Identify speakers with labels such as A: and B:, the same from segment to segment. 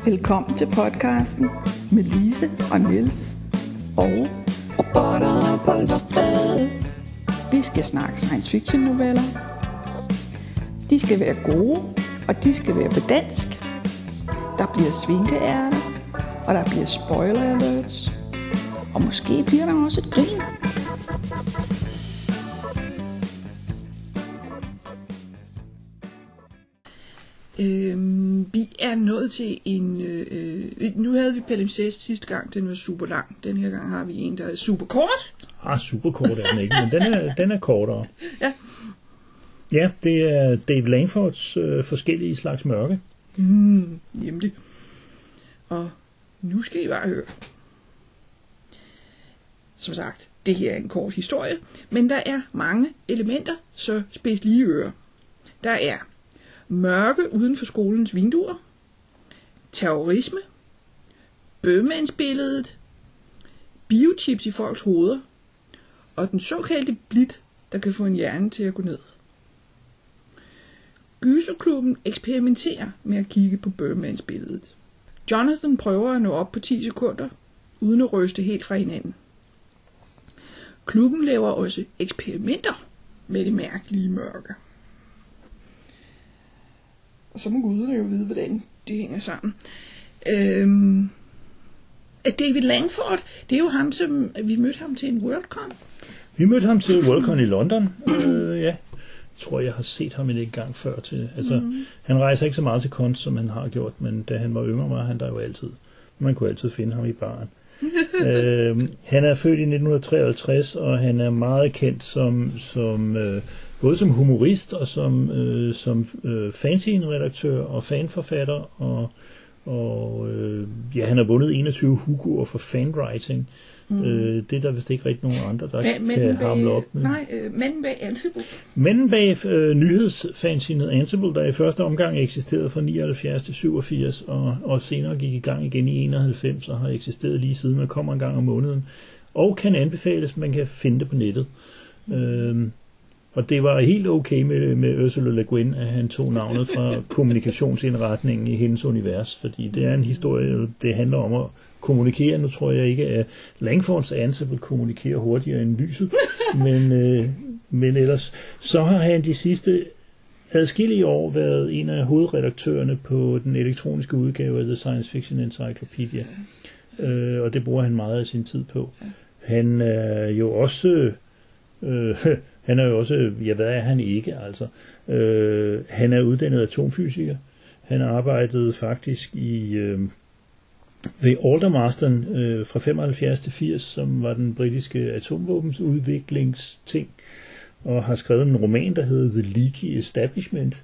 A: Velkommen til podcasten med Lise og Niels og Robotter. Vi skal snakke science fiction noveller. De skal være gode, og de skal være på dansk. Der bliver svinkeærter, og der bliver spoiler alerts. Og måske bliver der også et grin. Vi er nået til en... nu havde vi palimpsest sidste gang, den var super lang. Den her gang har vi en, der er super kort.
B: Super kort er den ikke, men den er kortere.
A: Ja.
B: Ja, det er David Langfords forskellige slags mørke.
A: Nemlig. Og nu skal I bare høre. Som sagt, det her er en kort historie, men der er mange elementer, så spids lige ører. Der er mørke uden for skolens vinduer, terrorisme, bøgmandsbilledet, biochips i folks hoveder, og den såkaldte blit, der kan få en hjerne til at gå ned. Gyserklubben eksperimenterer med at kigge på bøgmandsbilledet. Jonathan prøver at nå op på 10 sekunder, uden at ryste helt fra hinanden. Klubben laver også eksperimenter med det mærkelige mørke. Og så må guderne jo vide, hvordan det hænger sammen. David Langford, det er jo ham, som vi mødte ham til en Worldcon.
B: Vi mødte ham til Worldcon i London. Ja, jeg tror, jeg har set ham en gang før. Han rejser ikke så meget til kunst, som han har gjort, men da han var yngre, var han der jo altid. Man kunne altid finde ham i baren. Han er født i 1953, og han er meget kendt som både som humorist og som fanzine-redaktør og fanforfatter, og han har vundet 21 Hugo'er for fanwriting. Det er der vist ikke rigtig nogen andre, der kan hamle op med.
A: Nej, manden bag Ansible.
B: Manden bag nyhedsfanzinet Ansible, der i første omgang eksisterede fra 79 til 87, og senere gik i gang igen i 91, og har eksisteret lige siden, man kommer en gang om måneden, og kan anbefales, man kan finde det på nettet. Og det var helt okay med Ursula Le Guin, at han tog navnet fra kommunikationsindretningen i hendes univers, fordi det er en historie, det handler om at kommunikere. Nu tror jeg ikke, at Langfords Ansible kommunikerer hurtigere end lyset, men ellers så har han de sidste adskillige år været en af hovedredaktørerne på den elektroniske udgave af The Science Fiction Encyclopedia, og det bruger han meget af sin tid på. Han er jo også... hvad er han ikke, altså? Han er uddannet atomfysiker. Han arbejdede faktisk ved Aldermaston fra 75 til 80, som var den britiske atomvåbens udviklingsting, og har skrevet en roman, der hedder The Leaky Establishment,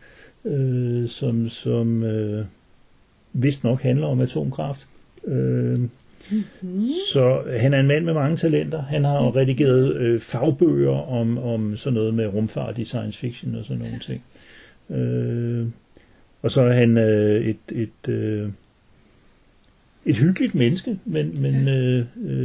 B: som vist nok handler om atomkraft. Så han er en mand med mange talenter. Han har redigeret fagbøger om sådan noget med rumfart i science fiction og sådan nogle ting. Og så er han et hyggeligt menneske, men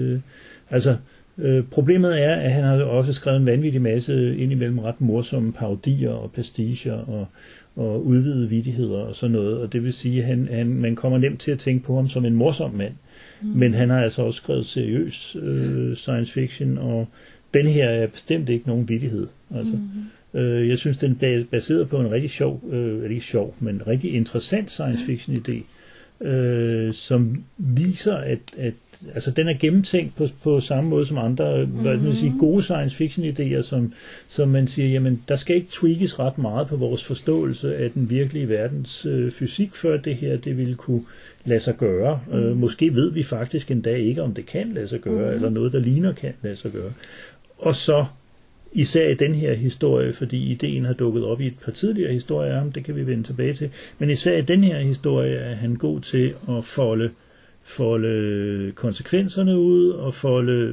B: problemet er, at han har også skrevet en vanvittig masse indimellem ret morsomme parodier og pasticher og udvidede vittigheder og sådan noget, og det vil sige, at man kommer nemt til at tænke på ham som en morsom mand. Men han har altså også skrevet seriøs science fiction, og den her er bestemt ikke nogen vittighed. Altså. Jeg synes, den er baseret på en rigtig men rigtig interessant science fiction idé, som viser, at altså, den er gennemtænkt på samme måde som andre gode science fiction idéer, som man siger, jamen der skal ikke tweakes ret meget på vores forståelse af den virkelige verdens fysik, før det her det ville kunne lade sig gøre. Måske ved vi faktisk endda ikke, om det kan lade sig gøre, eller noget, der ligner kan lade sig gøre. Og så især i den her historie, fordi ideen har dukket op i et par tidligere historier, det kan vi vende tilbage til, men især i den her historie er han god til at folde konsekvenserne ud og folde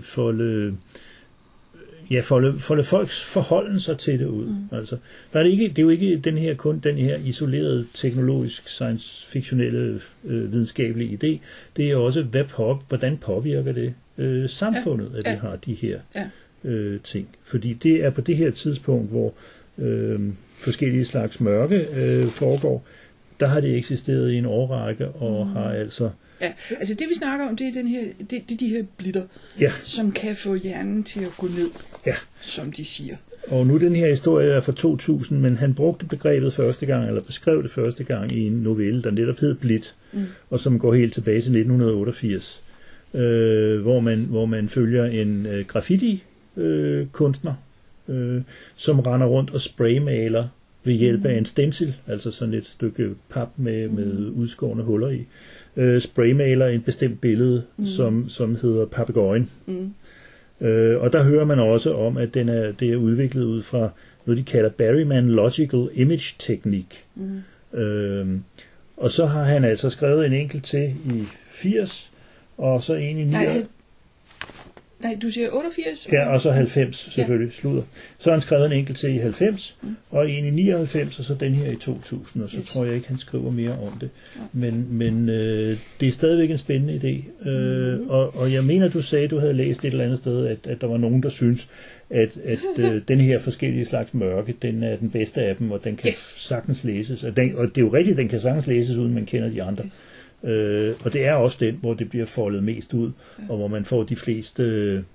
B: folks forholden sig til det ud. Altså, det er jo ikke kun den her isolerede teknologisk science fiktionelle videnskabelige idé. Det er også hvordan påvirker det samfundet, at vi har de her ting. Fordi det er på det her tidspunkt, hvor forskellige slags mørke foregår. der har det eksisteret i en årrække, og har altså...
A: Ja, altså det vi snakker om, det er de her blitter, som kan få hjernen til at gå ned, som de siger.
B: Og nu den her historie er fra 2000, men han brugte begrebet første gang, eller beskrev det første gang i en novelle, der netop hed Blit, og som går helt tilbage til 1988, hvor man følger en graffiti-kunstner, som render rundt og spraymaler ved hjælp af en stencil, altså sådan et stykke pap med udskårne huller i, spraymaler en bestemt billede, som hedder Papegøjen. Og der hører man også om, at det er udviklet ud fra noget, de kalder Berryman Logical Image Teknik. Og så har han altså skrevet en enkelt til i 80, og så en i 89.
A: Nej, du siger 88?
B: Ja, og så 90 selvfølgelig, slutter. Så har han skrevet en enkelt til i 90, og en i 99, og så den her i 2000, og så tror jeg ikke, han skriver mere om det. Men det er stadigvæk en spændende idé. Og jeg mener, du sagde, du havde læst et eller andet sted, at der var nogen, der synes, at den her forskellige slags mørke, den er den bedste af dem, og den kan sagtens læses. Og det er jo rigtigt, den kan sagtens læses, uden man kender de andre. Og det er også den, hvor det bliver foldet mest ud, og hvor man får de fleste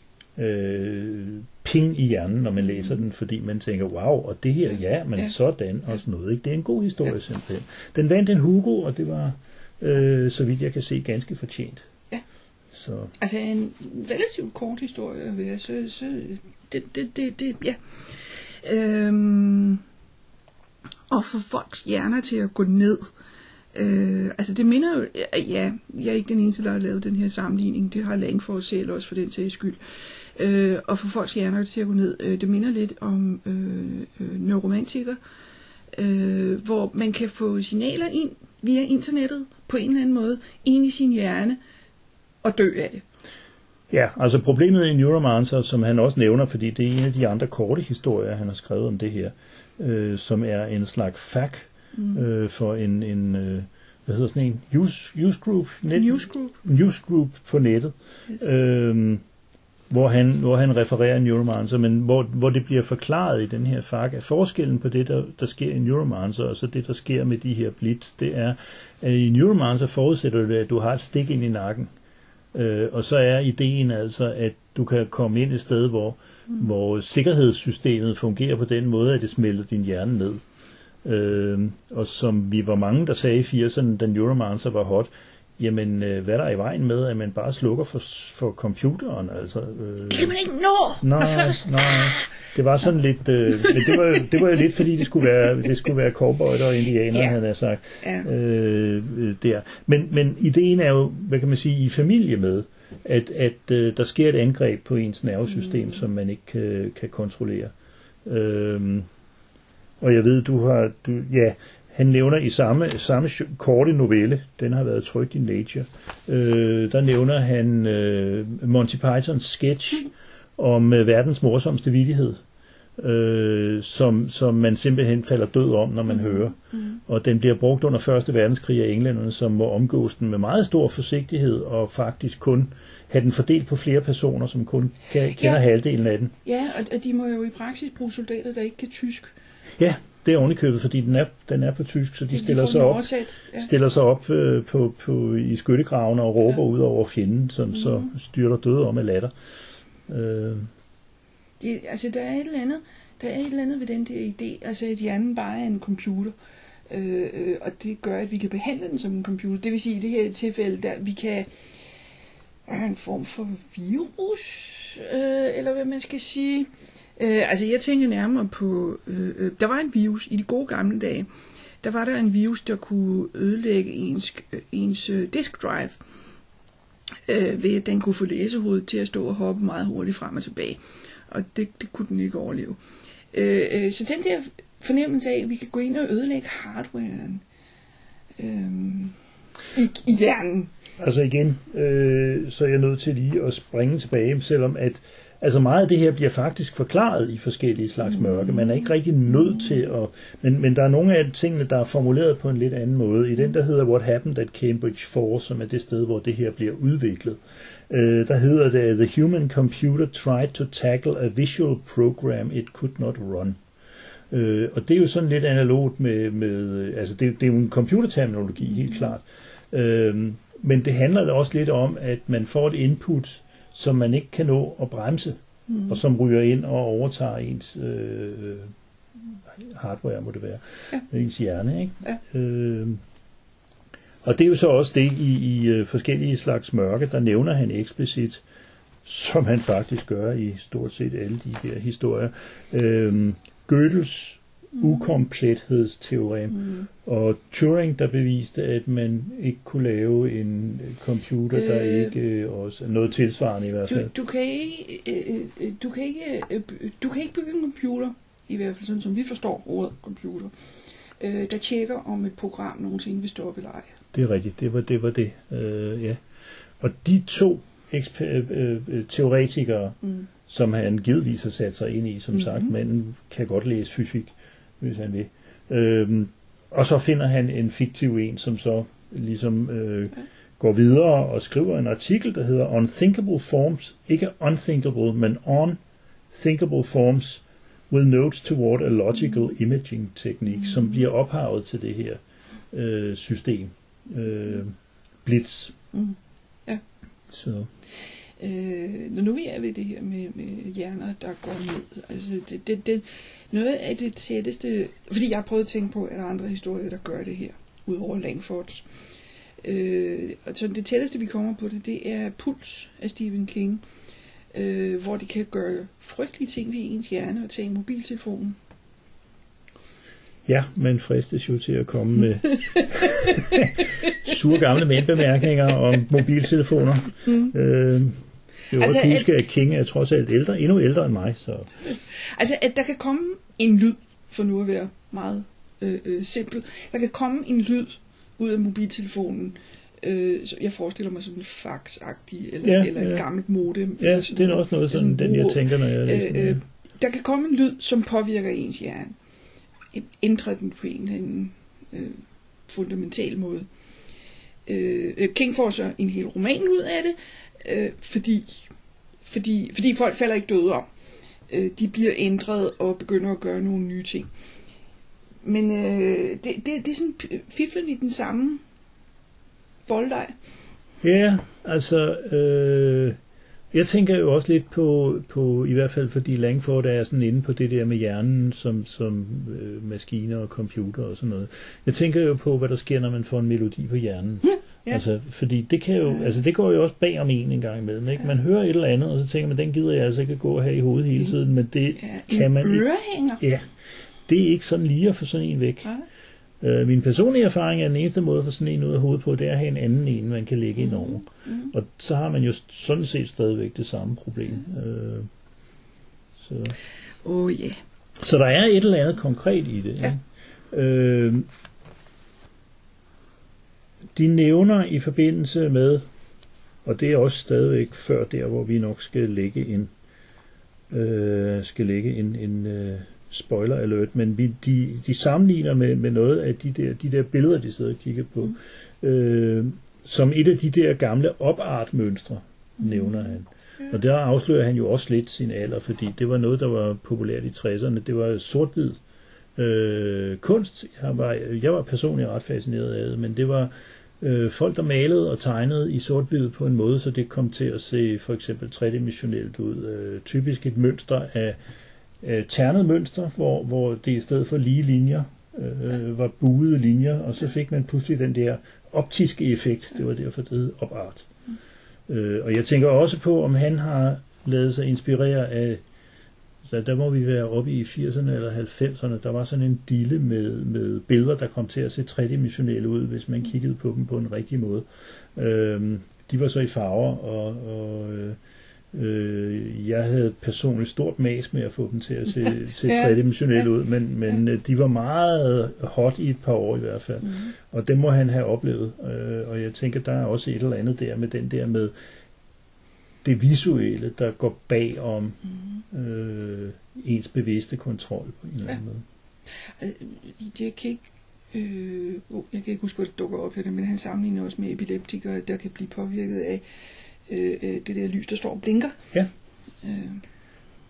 B: ping i hjernen, når man læser den, fordi man tænker, wow, og det her, men sådan, og sådan noget. Ikke? Det er en god historie simpelthen. Den vandt en Hugo, og det var, så vidt jeg kan se, ganske fortjent. Ja. Så.
A: Altså en relativt kort historie, vil jeg så ja. Og få folks hjerner til at gå ned. Altså det minder jo, jeg er ikke den eneste, der har lavet den her sammenligning, det har Langford selv også for den sags skyld, og for folks hjerner til at gå ned, det minder lidt om neuromantikere, hvor man kan få signaler ind via internettet på en eller anden måde, ind i sin hjerne, og dø af det.
B: Ja, altså problemet i Neuromancer, som han også nævner, fordi det er en af de andre korte historier, han har skrevet om det her, som er en slags FAQ, for en hvad hedder sådan en newsgroup newsgroup på nettet, hvor han refererer Neuromancer, men hvor det bliver forklaret i den her FAQ, at forskellen på det der sker i Neuromancer og så det der sker med de her blitz, det er, at i Neuromancer forudsætter det, at du har et stik ind i nakken, og så er ideen altså, at du kan komme ind et sted, hvor sikkerhedssystemet fungerer på den måde, at det smelter din hjerne ned. Og som vi var mange, der sagde i 80'erne, da Neuromancer var hot, jamen, hvad der er i vejen med, at man bare slukker for computeren, altså...
A: Det kan man ikke nå!
B: Nej, det var sådan lidt... men det var jo lidt, fordi det skulle være cowboyder og indianer, han har sagt. Der. Men ideen er jo, hvad kan man sige, i familie med, at der sker et angreb på ens nervesystem, som man ikke kan kontrollere. Og jeg ved, han nævner i samme korte novelle, den har været trykt i Nature, der nævner han Monty Pythons sketch om verdens morsomste vittighed, som man simpelthen falder død om, når man hører. Og den bliver brugt under 1. verdenskrig af englænderne, som må omgås den med meget stor forsigtighed, og faktisk kun have den fordelt på flere personer, som kun kender halvdelen af den. Ja,
A: og de må jo i praksis bruge soldater, der ikke kan tysk.
B: Ja, det er ovenikøbet, fordi den er på tysk, så de stiller sig op på i skyttegravene og råber ud over fjenden, som så styrter døde om af latter.
A: Altså der er et eller andet ved den der idé, altså at hjernen bare er en computer, og det gør, at vi kan behandle den som en computer. Det vil sige, i det her tilfælde, der vi kan en form for virus, eller hvad man skal sige. Altså jeg tænker nærmere på, der var en virus i de gode gamle dage, der var der en virus, der kunne ødelægge ens disk drive, ved at den kunne få læsehovedet til at stå og hoppe meget hurtigt frem og tilbage, og det kunne den ikke overleve. Så den der fornemmelse af, at vi kan gå ind og ødelægge hardwaren i hjernen.
B: Altså igen, så er jeg nødt til lige at springe tilbage, selvom at altså meget af det her bliver faktisk forklaret i forskellige slags mørke. Man er ikke rigtig nødt til at... Men der er nogle af tingene, der er formuleret på en lidt anden måde. I den, der hedder What Happened at Cambridge 4, som er det sted, hvor det her bliver udviklet, der hedder det The human computer tried to tackle a visual program it could not run. Og det er jo sådan lidt analogt med altså det er jo en computerterminologi, helt klart. Men det handler også lidt om, at man får et input, som man ikke kan nå at bremse, og som ryger ind og overtager ens hardware, må det være, ens hjerne, ikke? Ja. Og det er jo så også det i forskellige slags mørke, der nævner han eksplicit, som han faktisk gør i stort set alle de der historier, Gödels ukomplethedsteorem, og Turing, der beviste, at man ikke kunne lave en computer, der ikke også noget tilsvarende i hvert fald.
A: Du kan ikke bygge en computer, i hvert fald sådan som vi forstår ordet computer, der tjekker om et program nogensinde vil stoppe eller ej.
B: Det er rigtigt, det var det. Ja. Og de to teoretikere, som han givetvis har sat sig ind i, som sagt, manden kan godt læse fysik, hvis han vil. Og så finder han en fiktiv en, som så ligesom går videre og skriver en artikel, der hedder Unthinkable Forms, ikke unthinkable, men unthinkable forms with notes toward a logical imaging technique, som bliver ophavet til det her system. Blitz.
A: Ja.
B: Så.
A: Når nu vi er ved det her med hjerner, der går ned, altså det noget af det tætteste, fordi jeg har prøvet at tænke på, at der er andre historier, der gør det her, udover Langfords. Så det tætteste, vi kommer på det er Puls af Stephen King, hvor de kan gøre frygtelige ting ved ens hjerne og tage mobiltelefonen.
B: Ja, man fristes jo til at komme med sure gamle mændbemærkninger om mobiltelefoner. Jeg vil også huske, at King er trods alt endnu ældre end mig. Så.
A: Altså, at der kan komme en lyd, for nu at være meget simpel, der kan komme en lyd ud af mobiltelefonen. Jeg forestiller mig sådan en fax-agtig, eller et gammelt modem.
B: Ja, det er også noget sådan, den jeg tænker, når jeg læser.
A: Der kan komme en lyd, som påvirker ens hjerne. Ændrer den på en eller anden fundamental måde. King får så en hel roman ud af det, fordi folk falder ikke døde om. De bliver ændret og begynder at gøre nogle nye ting. Men det er sådan fiflen i den samme bolddej.
B: Ja, altså jeg tænker jo også lidt på i hvert fald fordi Langford er sådan inde på det der med hjernen som maskiner og computer og sådan noget. Jeg tænker jo på, hvad der sker, når man får en melodi på hjernen. Ja. Altså, fordi det kan jo, altså det går jo også bag om en gang imellem, ikke? Man hører et eller andet, og så tænker man, den gider jeg altså ikke at gå og have i hovedet hele tiden, men det kan man ikke.
A: Ørehænger.
B: Ja, det er ikke sådan lige at få sådan en væk. Min personlige erfaring er, den eneste måde at få sådan en ud af hovedet på, det er at have en anden en, man kan lægge ind over. Og så har man jo sådan set stadigvæk det samme problem. Så der er et eller andet konkret i det. Ja. De nævner i forbindelse med, og det er også stadigvæk før der, hvor vi nok skal lægge en spoiler alert, men de sammenligner med noget af de der billeder, de sidder og kigger på, som et af de der gamle op-art-mønstre, nævner han. Og der afslører han jo også lidt sin alder, fordi det var noget, der var populært i 60'erne. Det var sort-hvid kunst. Jeg var personligt ret fascineret af det, men det var folk, der malede og tegnede i sort-hvid på en måde, så det kom til at se for eksempel tredimensionelt ud. Typisk et mønster af ternet mønster, hvor det i stedet for lige linjer var buede linjer, og så fik man pludselig den der optiske effekt. Det var derfor, det hed op-art. Og jeg tænker også på, om han har ladet sig inspirere af, så der må vi være oppe i 80'erne eller 90'erne, der var sådan en dille med billeder, der kom til at se tredimensionelle ud, hvis man kiggede på dem på en rigtig måde. De var så i farver, og jeg havde personligt stort mas med at få dem til at se tredimensionelle ud, men de var meget hot i et par år i hvert fald. Og det må han have oplevet. Og jeg tænker, der er også et eller andet der med den der med det visuelle, der går bag om ens bevidste kontrol på en eller anden måde.
A: Jeg kan ikke huske, hvad det dukker op her, men han sammenligner også med epileptikere, der kan blive påvirket af det der lys, der står og blinker.
B: Ja.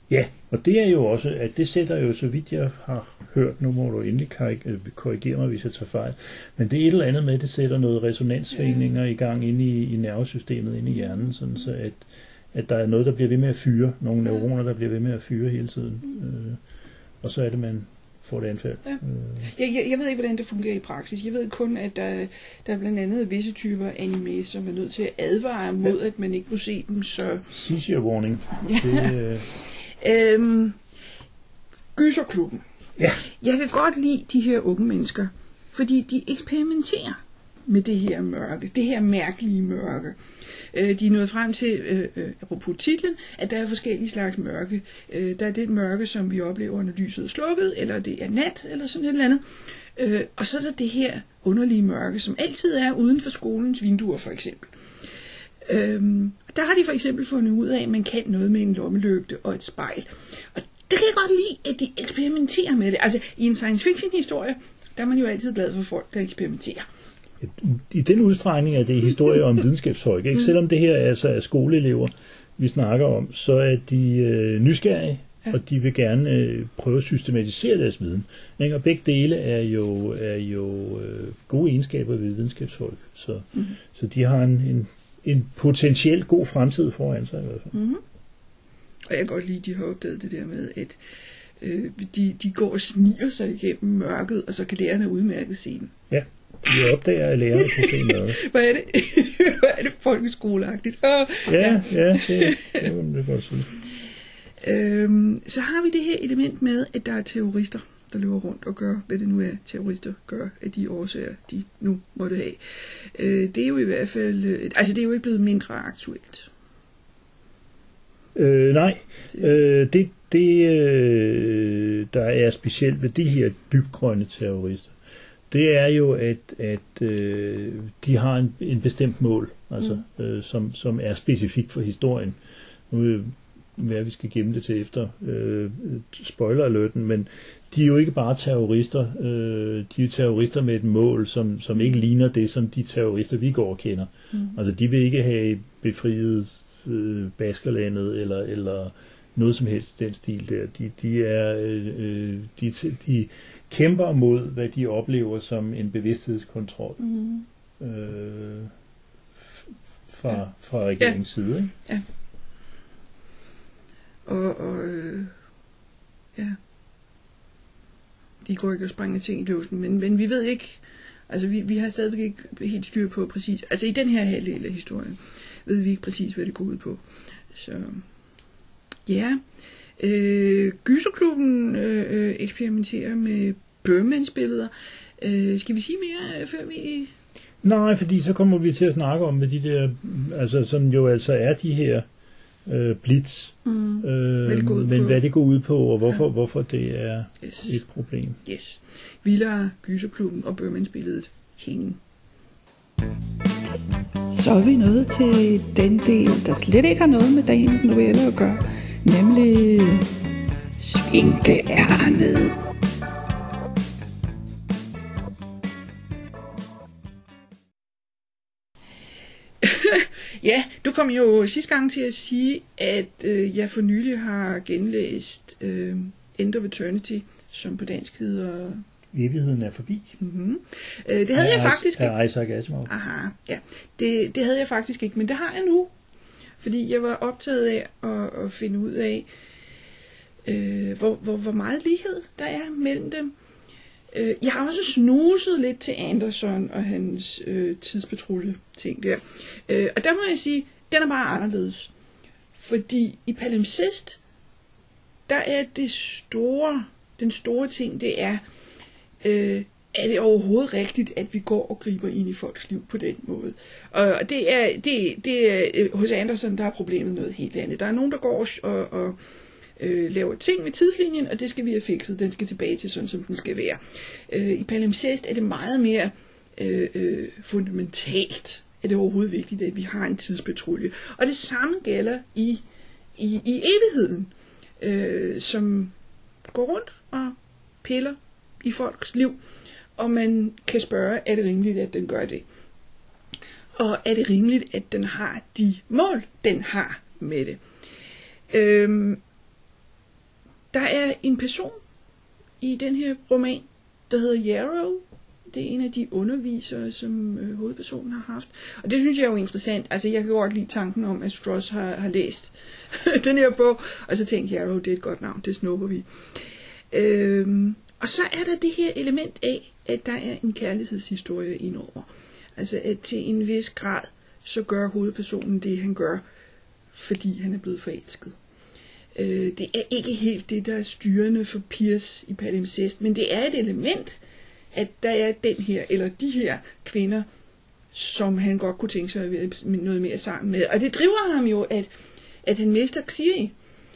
B: Ja, og det er jo også, at det sætter jo, så vidt jeg har hørt, nu må du endelig korrigere mig, hvis jeg tager fejl, men det er et eller andet med, at det sætter noget resonanssvingninger i gang inde i nervesystemet, inde i hjernen, sådan så at der er noget, der bliver ved med at fyre, nogle neuroner, der bliver ved med at fyre hele tiden, og så er det, man får det anfald.
A: Ja. Jeg ved ikke, hvordan det fungerer i praksis. Jeg ved kun, at der er blandt andet visse typer anime, som er nødt til at advare mod, at man ikke må se dem, så...
B: Seizure warning.
A: Ja. Gyserklubben.
B: Ja.
A: Jeg kan godt lide de her unge mennesker, fordi de eksperimenterer med det her mørke, det her mærkelige mørke. De er nået frem til, apropos titlen, at der er forskellige slags mørke. Der er det mørke, som vi oplever, når lyset er slukket, eller det er nat, eller sådan et eller andet. Og så er der det her underlige mørke, som altid er uden for skolens vinduer, for eksempel. Der har de for eksempel fundet ud af, at man kan noget med en lommelygte og et spejl. Og det kan jeg godt lide, at de eksperimenterer med det. Altså, i en science fiction historie, der er man jo altid glad for folk, der eksperimenterer.
B: I den udstrækning er det historie om videnskabsfolk. Ikke? Selvom det her altså er skoleelever, vi snakker om, så er de nysgerrige, og de vil gerne prøve at systematisere deres viden. Ikke? Og begge dele er jo gode egenskaber ved videnskabsfolk. Så de har en potentielt god fremtid foran sig i hvert fald.
A: Mm-hmm. Og jeg kan godt lide, at de har opdaget det der med, at de går og sniger sig igennem mørket, og så kan lærerne udmærket se dem.
B: Ja. Jeg opdager, at lærerne kan se noget.
A: Hvad er det? Hvad er det folkeskoleagtigt?
B: Ja, det er godt sige.
A: Så har vi det her element med, at der er terrorister, der løber rundt og gør, hvad det nu er, terrorister gør af de årsager, de nu måtte have. Det er jo i hvert fald, altså det er jo ikke blevet mindre aktuelt.
B: Nej, det der er specielt ved de her dybgrønne terrorister, det er jo, at de har en bestemt mål, altså, som er specifikt for historien. Nu er vi skal gemme det til efter spoiler-alerten, men de er jo ikke bare terrorister, de er terrorister med et mål, som ikke ligner det, som de terrorister, vi går og kender. Altså, de vil ikke have befriet Baskerlandet, eller noget som helst den stil der. De kæmper mod, hvad de oplever som en bevidsthedskontrol fra regeringens side. Ikke?
A: Ja. Ja. De går ikke og springer ting i luften, men vi ved ikke, altså vi har stadigvæk ikke helt styr på præcis, altså i den her halvdel af historien, ved vi ikke præcis, hvad det går ud på. Så ja. Gyserklubben eksperimenterer med Bermans-billeder. Skal vi sige mere, før vi...
B: Nej, fordi så kommer vi til at snakke om med de der, altså som jo altså er de her blitz, hvad det går ud på, og hvorfor det er et problem.
A: Yes. Vi lader Gyserklubben og Bermans-billedet hænge. Så er vi nået til den del, der slet ikke har noget med dagens novelle at gøre, nemlig svinkeærnet. Ja, du kom jo sidste gang til at sige, at jeg for nylig har genlæst End of Eternity, som på dansk hedder...
B: Evigheden er forbi.
A: Mm-hmm. Det havde jeg faktisk ikke.
B: Isaac Asimov.
A: Aha, ja. Det havde jeg faktisk ikke, men det har jeg nu. Fordi jeg var optaget af at finde ud af, hvor meget lighed der er mellem dem. Jeg har også snuset lidt til Anderson og hans tidspatrulje ting der. Og der må jeg sige, den er bare anderledes. Fordi i Palimpsest, der er den store ting, det er det overhovedet rigtigt, at vi går og griber ind i folks liv på den måde? Og det er hos Anderson, der er problemet noget helt andet. Der er nogen, der går og laver ting med tidslinjen, og det skal vi have fikset. Den skal tilbage til sådan, som den skal være. I Palimpsest er det meget mere fundamentalt, at det er overhovedet vigtigt, at vi har en tidspatrulje. Og det samme gælder i evigheden, som går rundt og piller i folks liv, og man kan spørge, er det rimeligt, at den gør det? Og er det rimeligt, at den har de mål, den har med det? Der er en person i den her roman, der hedder Yarrow. Det er en af de undervisere, som hovedpersonen har haft. Og det synes jeg er jo interessant. Altså, jeg kan godt lide tanken om, at Stross har læst den her bog, og så tænkte Yarrow, det er et godt navn, det snupper vi. Og så er der det her element af, at der er en kærlighedshistorie indover. Altså, at til en vis grad, så gør hovedpersonen det, han gør, fordi han er blevet forelsket. Det er ikke helt det, der er styrende for Pierce i Palimpsest, men det er et element, at der er den her, eller de her kvinder, som han godt kunne tænke sig at være noget mere sammen med. Og det driver ham jo, at han mister Xiri.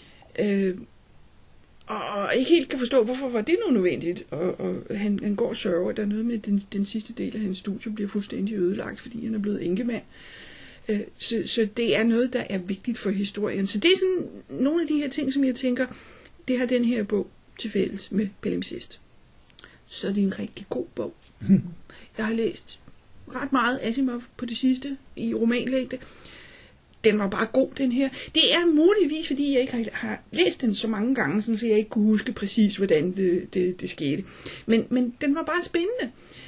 A: Og ikke helt kan forstå, hvorfor var det nu nødvendigt. Og han går og sørger, at der er noget med, den sidste del af hans studie bliver fuldstændig ødelagt, fordi han er blevet enkemand. Så det er noget, der er vigtigt for historien. Så det er sådan nogle af de her ting, som jeg tænker, det har den her bog til fælles med Palimpsest. Så det er en rigtig god bog. Jeg har læst ret meget Asimov på det sidste i romanlængde. Den var bare god, den her. Det er muligvis, fordi jeg ikke har læst den så mange gange, sådan, så jeg ikke kunne huske præcis, hvordan det skete. Men den var bare spændende.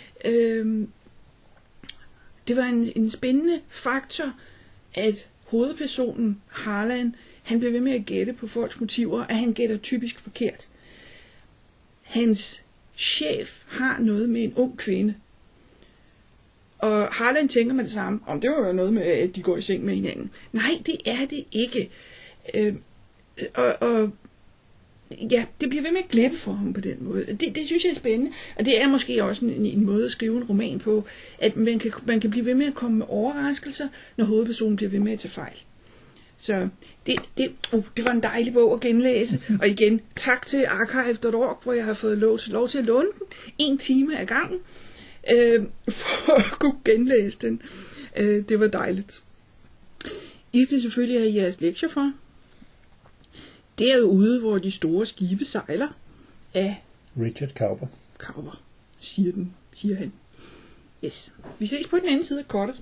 A: Det var en spændende faktor, at hovedpersonen, Harlan, han blev ved med at gætte på folks motiver, og han gætter typisk forkert. Hans chef har noget med en ung kvinde. Og Harlan tænker med det samme, om det var jo noget med, at de går i seng med hinanden. Nej, det er det ikke. Ja, det bliver ved med at glippe for ham på den måde. Det synes jeg er spændende. Og det er måske også en måde at skrive en roman på, at man kan blive ved med at komme med overraskelser, når hovedpersonen bliver ved med at tage fejl. Så det var en dejlig bog at genlæse. Og igen, tak til archive.org, hvor jeg har fået lov til at låne den 1 time ad gangen, for at kunne genlæse den. Det var dejligt. I kan selvfølgelig have jeres lektier for. Derude, hvor de store skibe sejler, af
B: Richard Cowper.
A: Cowper, siger han. Yes. Vi ses på den anden side af kortet.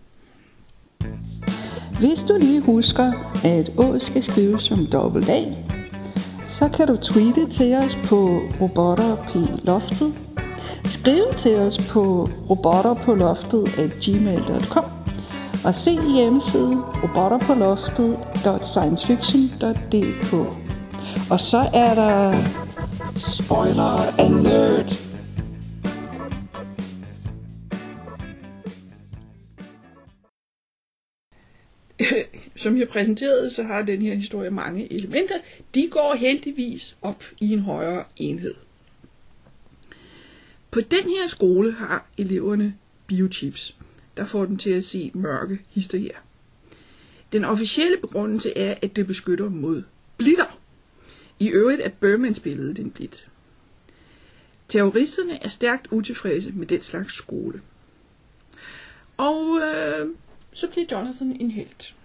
C: Hvis du lige husker, at Å skal skrives som dobbelt A, så kan du tweete til os på robotterploftet, skrive til os på robotterpåloftet@gmail.com og se hjemmesiden robotterpåloftet.sciencefiction.dk. Og så er der spoiler alert.
A: Som jeg præsenterede, så har den her historie mange elementer. De går heldigvis op i en højere enhed. På den her skole har eleverne biochips, der får dem til at se mørke historier. Den officielle begrundelse er, at det beskytter mod blitter. I øvrigt er Bermans billede den blit. Terroristerne er stærkt utilfredse med den slags skole. Og så bliver Jonathan en helt.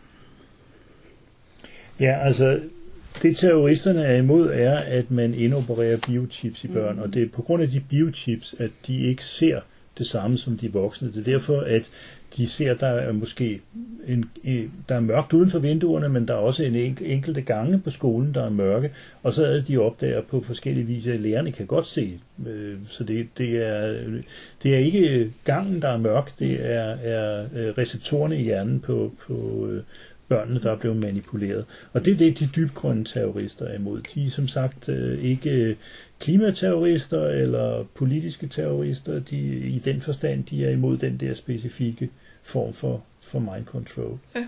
B: Ja, altså det terroristerne er imod er, at man indopererer biochips i børn, og det er på grund af de biochips, at de ikke ser det samme som de voksne. Det er derfor, at de ser, der er måske der er mørkt uden for vinduerne, men der er også enkelte gange på skolen, der er mørke, og så er de opdager på forskellige vis, at lærerne kan godt se. Så det er ikke gangen, der er mørk, det er receptorerne i hjernen på børnene, der er blevet manipuleret. Og det er det, de dybgrønne terrorister er imod. De er som sagt ikke klimaterrorister eller politiske terrorister. I den forstand, de er imod den der specifikke form for mind control.
A: Ja.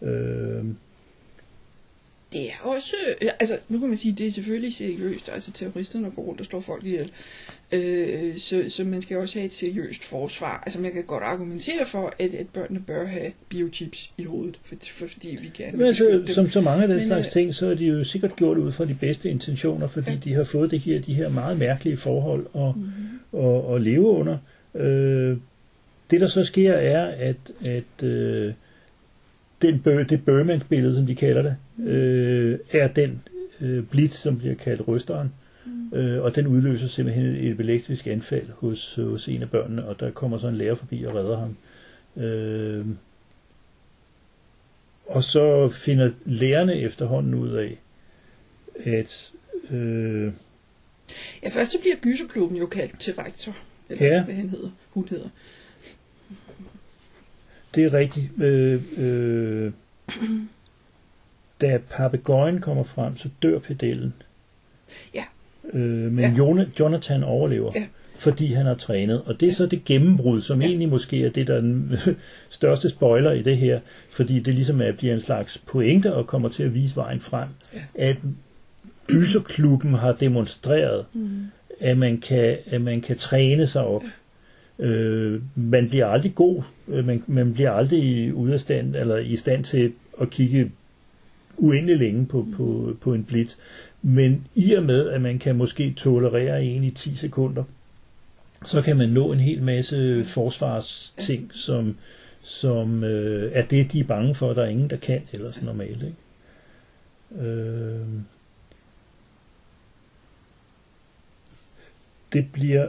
A: Det er også, altså nu kan man sige, det er selvfølgelig seriøst, altså terroristerne går rundt og slår folk ihjel, så man skal også have et seriøst forsvar. Altså man kan godt argumentere for, at børnene bør have biochips i hovedet, fordi vi kan.
B: Men altså, som så mange af den slags ting, så er de jo sikkert gjort ud fra de bedste intentioner, fordi de har fået de her meget mærkelige forhold at leve under. Det der så sker er, at det Berman-billede, som de kalder det, er den blit, som bliver kaldt rysteren, og den udløser simpelthen et elektrisk anfald hos en af børnene, og der kommer så en lærer forbi og redder ham. Og så finder lærerne efterhånden ud af, at
A: Ja, først så bliver gyserklubben jo kaldt til rektor, eller hvad hun hedder.
B: Det er rigtigt. Da papegøjen kommer frem, så dør pedellen.
A: Ja.
B: Men Jonathan overlever, fordi han har trænet. Og det er så det gennembrud, som egentlig måske er det, der er den største spoiler i det her, fordi det ligesom bliver en slags pointe og kommer til at vise vejen frem, at gyserklubben har demonstreret, at man kan træne sig op. Man bliver aldrig god, man bliver aldrig ude af stand, eller i stand til at kigge uendelig længe på en blitz. Men i og med, at man kan måske tolerere en i 10 sekunder, så kan man nå en hel masse forsvarsting, som er det, de er bange for, der er ingen, der kan, ellers normalt. Ikke? Det bliver...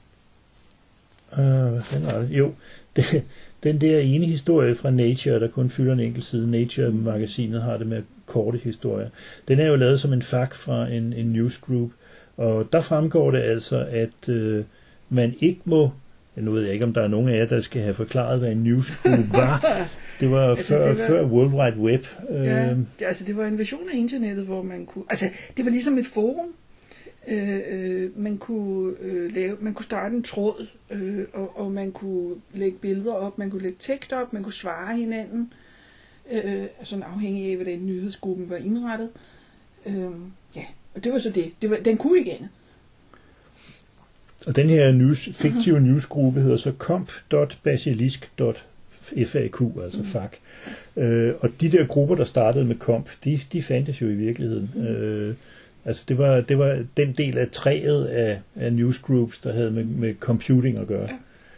B: hvad fanden var det? Jo, den der ene historie fra Nature, der kun fylder en enkelt side, Nature-magasinet har det med korte historier. Den er jo lavet som en fak fra en newsgroup, og der fremgår det altså, at man ikke må... Nu ved jeg ikke, om der er nogen af jer, der skal have forklaret, hvad en newsgroup var. Det var før World Wide Web.
A: Det var en version af internettet, hvor man kunne... det var ligesom et forum. Man kunne starte en tråd, og man kunne lægge billeder op, man kunne lægge tekst op, man kunne svare hinanden, sådan afhængig af, hvordan nyhedsgruppen var indrettet. Og det var så det. Den kunne ikke andet.
B: Og den her fiktive newsgruppe hedder så comp.basilisk.faq, altså FAQ. Og de der grupper, der startede med comp, de fandtes jo i virkeligheden. Det var den del af træet af newsgroups, der havde med computing at gøre.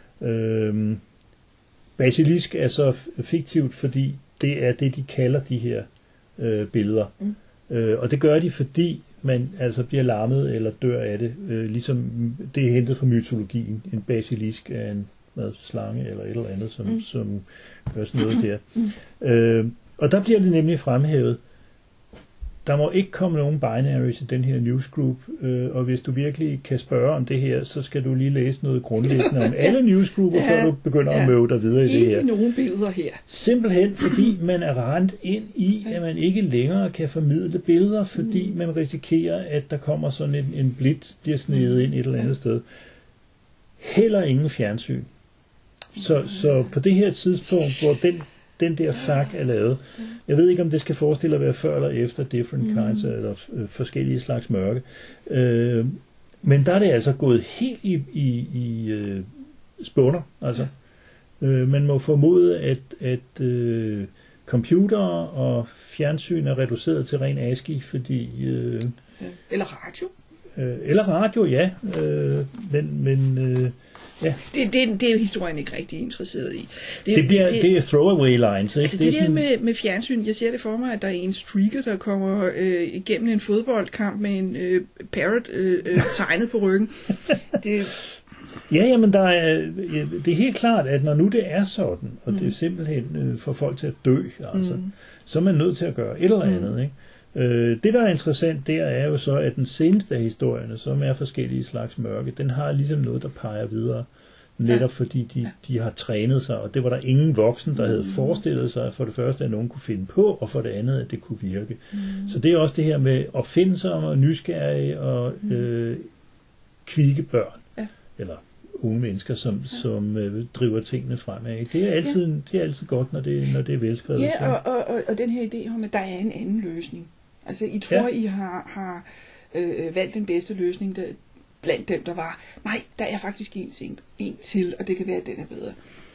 B: Basilisk er så fiktivt, fordi det er det, de kalder de her billeder. Og det gør de, fordi man altså bliver lammet eller dør af det. Ligesom det er hentet fra mytologien. En basilisk er en slange eller et eller andet, som gør sådan noget der. Og der bliver det nemlig fremhævet. Der må ikke komme nogen binaries i den her newsgroup, og hvis du virkelig kan spørge om det her, så skal du lige læse noget grundlæggende om alle newsgrupper, før du begynder at møde dig videre i det her.
A: Ikke nogen billeder her.
B: Simpelthen fordi man er rendt ind i, at man ikke længere kan formidle billeder, fordi man risikerer, at der kommer sådan en blitz, bliver snedet ind et eller andet sted. Heller ingen fjernsyn. Så på det her tidspunkt, hvor den der FAQ er lavet. Jeg ved ikke, om det skal forestille at være før eller efter Different Kinds, eller forskellige slags mørke. Men der er det altså gået helt i spåner. Altså. Man må formode, at computer og fjernsyn er reduceret til ren ASCII, fordi...
A: eller radio.
B: Eller radio, ja. Ja.
A: Det er jo historien ikke rigtig interesseret i.
B: Det er throwaway lines. Ikke?
A: Det der med fjernsyn, jeg ser det for mig, at der er en streaker, der kommer igennem en fodboldkamp med en parrot tegnet på ryggen.
B: Ja, men det er helt klart, at når nu det er sådan, og det er simpelthen for folk til at dø, altså, så er man nødt til at gøre et eller andet. Ikke? Det, der er interessant, der er jo så, at den seneste af historierne, som er forskellige slags mørke, den har ligesom noget, der peger videre, netop fordi de har trænet sig, og det var der ingen voksen, der havde forestillet sig, for det første, at nogen kunne finde på, og for det andet, at det kunne virke. Så det er også det her med opfindsomme og nysgerrige og kvikke børn, eller unge mennesker, som driver tingene fremad. Det er altid godt, når det er velskrevet.
A: Ja, og den her idé om, at der er en anden løsning. Altså, I tror, I har valgt den bedste løsning blandt dem, der var. Nej, der er faktisk en til, og det kan være, at den er bedre.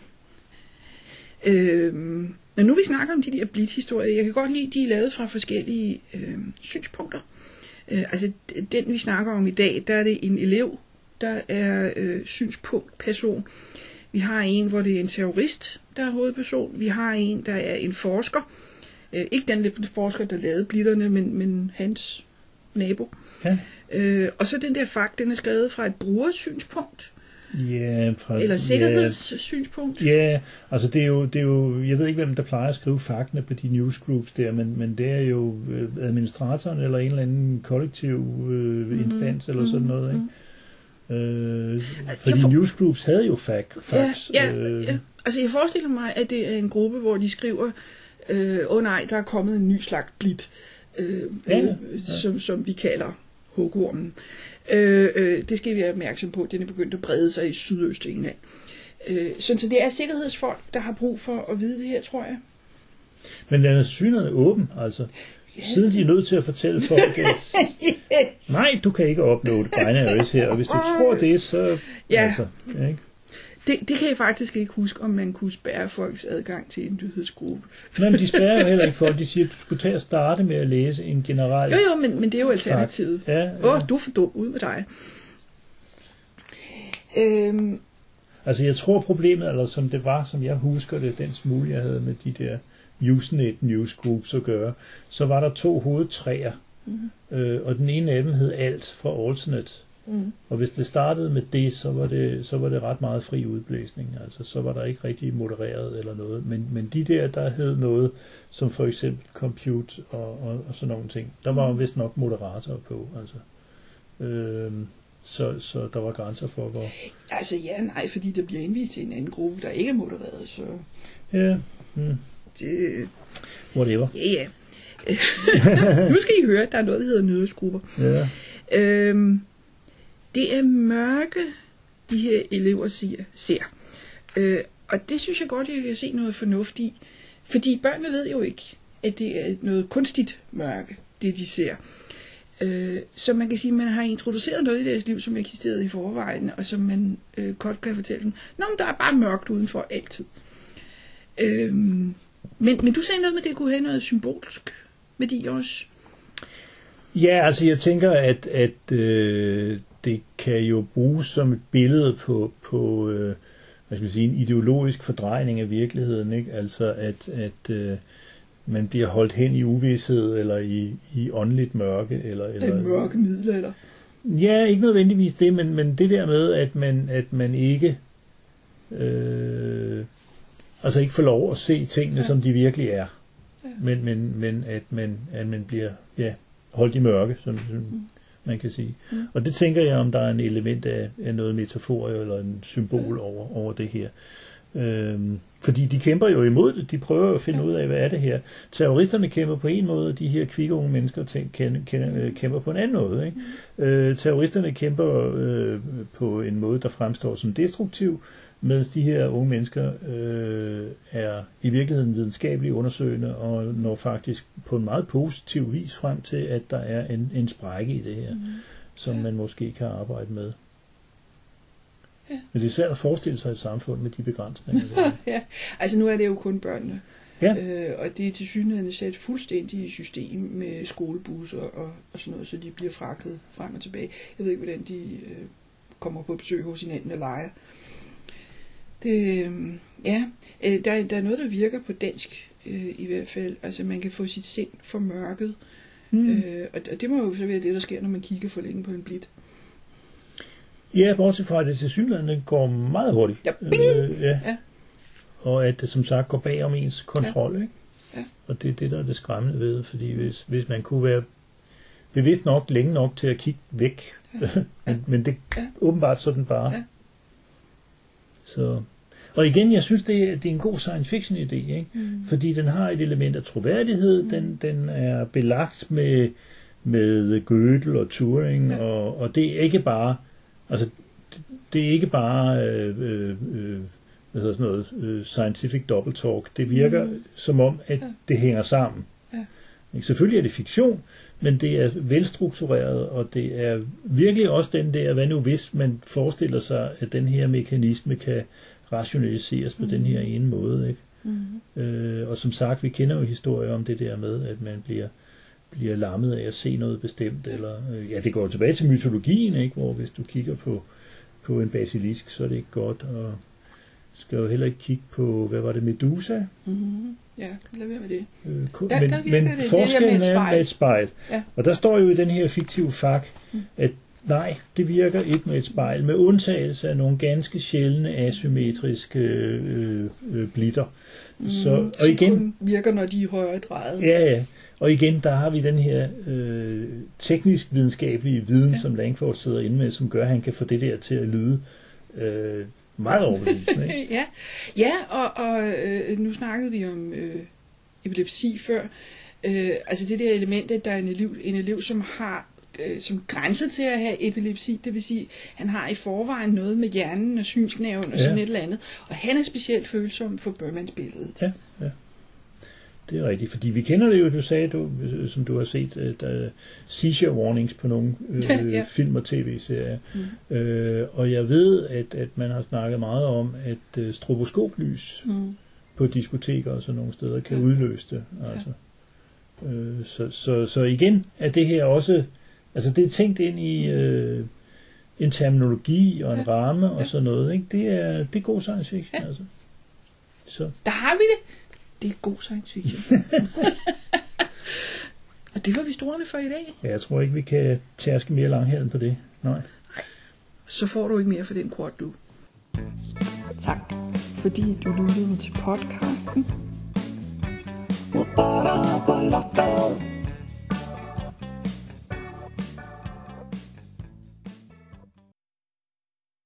A: Når nu vi snakker om de der blitz-historier, jeg kan godt lide, de er lavet fra forskellige synspunkter. Altså, den vi snakker om i dag, der er det en elev, der er synspunktperson. Vi har en, hvor det er en terrorist, der er hovedperson. Vi har en, der er en forsker. Ikke den forsker, der lavede blitterne, men hans nabo. Ja. Og så den der FAQ, den er skrevet fra et brugersynspunkt.
B: Ja,
C: eller sikkerhedssynspunkt?
B: Ja, altså det er jo, jeg ved ikke, hvem der plejer at skrive faktene på de newsgroups der, men det er jo administratoren eller en eller anden kollektiv instans eller sådan noget, ikke? Fordi newsgroups havde jo facts.
C: Ja. Altså jeg forestiller mig, at det er en gruppe, hvor de skriver, nej, der er kommet en ny slags blit, som vi kalder hugormen. Det skal vi være opmærksom på. Den er begyndt at brede sig i Sydøst-England. Så det er sikkerhedsfolk, der har brug for at vide det her, tror jeg.
B: Men den er synligheden åben, altså. Siden de er nødt til at fortælle folk, at nej, du kan ikke uploade binaries her, og hvis du tror det, så... Altså, ikke?
C: Det kan jeg faktisk ikke huske, om man kunne spærre folks adgang til en nyhedsgruppe.
B: Nej, men de spærrer jo heller ikke folk. De siger, at du skulle tage at starte med at læse en generel...
C: Jo, men det er jo alternativet.
B: Ja.
C: Du er for dum, ud med dig.
B: Altså, jeg tror problemet, eller som det var, som jeg husker det, den smule, jeg havde med de der Usenet newsgroups at gøre, så var der 2 hovedtræer. Og den ene af dem hed Alt fra Alternate. Og hvis det startede med det, så var det ret meget fri udblæsning. Altså, så var der ikke rigtig modereret eller noget. Men de der hed noget, som for eksempel compute og sådan nogle ting, der var vist nok moderatorer på. Altså. Så der var grænser for, hvor... Altså
C: nej, fordi der bliver indvist til en anden gruppe, der ikke er modereret, så...
B: Ja.
C: Det...
B: Whatever.
C: Ja. Nu skal I høre, at der er noget, der hedder nyhedsgrupper.
B: Ja.
C: Det er mørke, de her elever ser. Og det synes jeg godt, jeg kan se noget fornuft i. Fordi børnene ved jo ikke, at det er noget kunstigt mørke, det de ser. Så man kan sige, at man har introduceret noget i deres liv, som eksisterede i forvejen, og som man godt kan fortælle dem. Nå, men der er bare mørkt udenfor altid. Men du sagde noget med, at det kunne have noget symbolsk værdi også.
B: Ja, altså jeg tænker, at det kan jo bruges som et billede på hvad skal man sige, en ideologisk fordrejning af virkeligheden, ikke? Altså at man bliver holdt hen i uvished eller i åndeligt mørke eller
C: den mørke middelalder.
B: Ja, ikke nødvendigvis det, men det der med at man ikke altså ikke får lov at se tingene som de virkelig er. Ja. Men at man bliver holdt i mørke, som man kan sige. Og det tænker jeg, om der er en element af noget metafor eller en symbol over det her. Fordi de kæmper jo imod det. De prøver at finde ud af, hvad er det her. Terroristerne kæmper på en måde, og de her kvikke unge mennesker kæmper på en anden måde. Ikke? Terroristerne kæmper på en måde, der fremstår som destruktiv, mens de her unge mennesker er i virkeligheden videnskabeligt undersøgende og når faktisk på en meget positiv vis frem til, at der er en sprække i det her, som man måske kan arbejde med. Ja. Men det er svært at forestille sig et samfund med de begrænsninger.
C: Ja, altså nu er det jo kun børnene.
B: Ja.
C: Og det er tilsyneladende sat fuldstændig i system med skolebusser og sådan noget, så de bliver fragtet frem og tilbage. Jeg ved ikke, hvordan de kommer på besøg hos hinanden og leger. Der er noget, der virker på dansk i hvert fald. Altså man kan få sit sind formørket. Og det må jo så være det, der sker, når man kigger for længe på en blit.
B: Ja, bortset fra, at det tilsyneladende går meget hurtigt. Ja. Og at det som sagt går bag om ens kontrol. Ikke? Ja. Og det er det, der er det skræmmende ved. Fordi hvis man kunne være bevidst nok længe nok til at kigge væk, men det åbenbart sådan bare. Ja. Så. Og igen, jeg synes, det er en god science fiction idé, ikke? Fordi den har et element af troværdighed, den er belagt med Gödel og Turing, og det er ikke bare, altså det er ikke bare hvad hedder sådan noget, scientific double talk. Det virker som om, at det hænger sammen. Ja. Selvfølgelig er det fiktion, men det er velstruktureret, og det er virkelig også den der, hvad nu hvis man forestiller sig, at den her mekanisme kan rationaliseres på den her ene måde. Ikke? Og som sagt, vi kender jo historier om det der med, at man bliver lammet af at se noget bestemt. Eller, det går tilbage til mytologien, ikke? Hvor hvis du kigger på en basilisk, så er det ikke godt, og skal jo heller ikke kigge på, hvad var det, Medusa?
C: Ja, lad være med det.
B: Men forskellen er med et spejl. Ja. Og der står jo i den her fiktive fak, at Nej, det virker ikke med et spejl, med undtagelse af nogle ganske sjældne asymmetriske blitter.
C: Og igen kun virker, når de er højere drejet.
B: Ja. Og igen, der har vi den her teknisk-videnskabelige viden, som Langford sidder inde med, som gør, at han kan få det der til at lyde meget overbevisende. Ikke?
C: Ja, og nu snakkede vi om epilepsi før. Altså det der element, at der er en elev som har som grænse til at have epilepsi, det vil sige, han har i forvejen noget med hjernen og synsnerven og sådan et eller andet, og han er specielt følsom for Bermans-billedet.
B: Ja. Det er rigtigt, fordi vi kender det jo, du sagde, som du har set, der er seizure warnings på nogle film og tv-serier. Og jeg ved, at man har snakket meget om, at stroboskoplys på diskoteker og sådan nogle steder kan udløse det. Altså. Så igen er det her også, altså det er tænkt ind i en terminologi og en ramme og sådan noget. Ikke? Det er god science fiction. Altså. Så.
C: Der har vi det. Det er god science fiction. Og det var vist ordene for i dag.
B: Ja, jeg tror ikke, vi kan tærske mere langhalm på det. Nej.
C: Så får du ikke mere for den kort, du.
A: Tak, fordi du lyttede til podcasten.